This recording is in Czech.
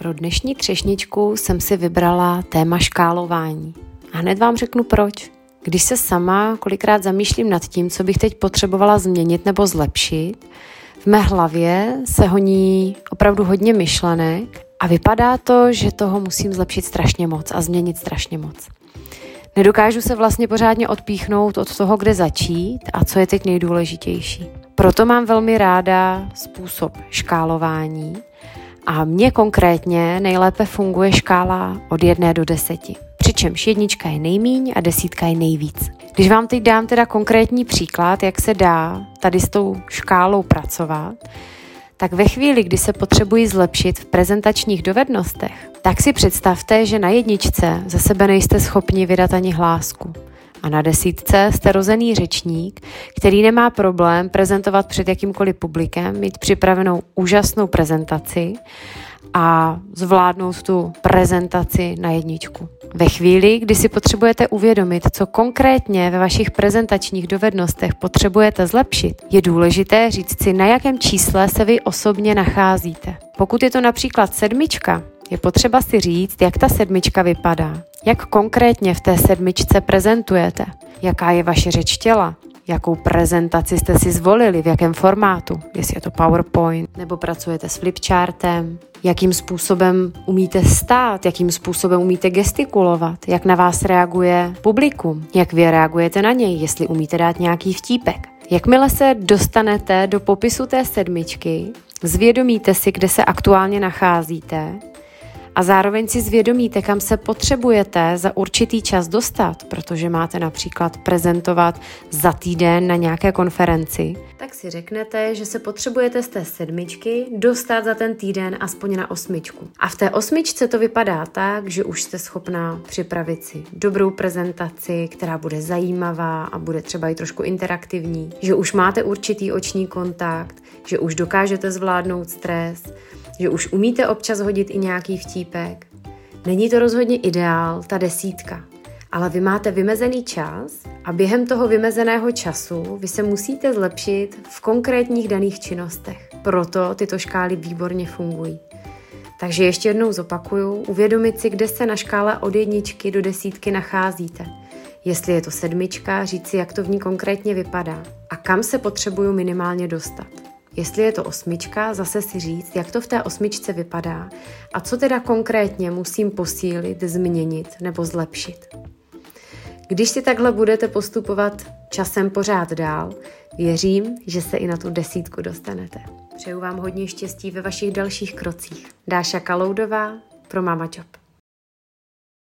Pro dnešní třešničku jsem si vybrala téma škálování. A hned vám řeknu proč. Když se sama kolikrát zamýšlím nad tím, co bych teď potřebovala změnit nebo zlepšit, v mé hlavě se honí opravdu hodně myšlenek a vypadá to, že toho musím zlepšit strašně moc a změnit strašně moc. Nedokážu se vlastně pořádně odpíchnout od toho, kde začít a co je teď nejdůležitější. Proto mám velmi ráda způsob škálování a mně konkrétně nejlépe funguje škála od 1 do 10. Přičemž 1 je nejmíň a 10 je nejvíc. Když vám teď dám teda konkrétní příklad, jak se dá tady s tou škálou pracovat, tak ve chvíli, kdy se potřebuji zlepšit v prezentačních dovednostech, tak si představte, že na 1 za sebe nejste schopni vydat ani hlásku. A na 10 jste rozený řečník, který nemá problém prezentovat před jakýmkoliv publikem, mít připravenou úžasnou prezentaci a zvládnout tu prezentaci na 1. Ve chvíli, kdy si potřebujete uvědomit, co konkrétně ve vašich prezentačních dovednostech potřebujete zlepšit, je důležité říct si, na jakém čísle se vy osobně nacházíte. Pokud je to například 7, je potřeba si říct, jak ta 7 vypadá, jak konkrétně v té 7 prezentujete, jaká je vaše řeč těla, jakou prezentaci jste si zvolili, v jakém formátu, jestli je to PowerPoint, nebo pracujete s flipchartem, jakým způsobem umíte stát, jakým způsobem umíte gestikulovat, jak na vás reaguje publikum, jak vy reagujete na něj, jestli umíte dát nějaký vtípek. Jakmile se dostanete do popisu té 7, zvědomíte si, kde se aktuálně nacházíte a zároveň si zvědomíte, kam se potřebujete za určitý čas dostat, protože máte například prezentovat za týden na nějaké konferenci, tak si řeknete, že se potřebujete z té 7 dostat za ten týden aspoň na 8. A v té 8 to vypadá tak, že už jste schopná připravit si dobrou prezentaci, která bude zajímavá a bude třeba i trošku interaktivní, že už máte určitý oční kontakt, že už dokážete zvládnout stres, že už umíte občas hodit i nějaký vtípek. Není to rozhodně ideál, ta 10, ale vy máte vymezený čas a během toho vymezeného času vy se musíte zlepšit v konkrétních daných činnostech. Proto tyto škály výborně fungují. Takže ještě jednou zopakuju, uvědomit si, kde se na škále od 1 do 10 nacházíte. Jestli je to 7, říct si, jak to v ní konkrétně vypadá a kam se potřebuju minimálně dostat. Jestli je to 8, zase si říct, jak to v té 8 vypadá a co teda konkrétně musím posílit, změnit nebo zlepšit. Když si takhle budete postupovat časem pořád dál, věřím, že se i na tu 10 dostanete. Přeju vám hodně štěstí ve vašich dalších krocích. Dáša Kaloudová pro Mama Job.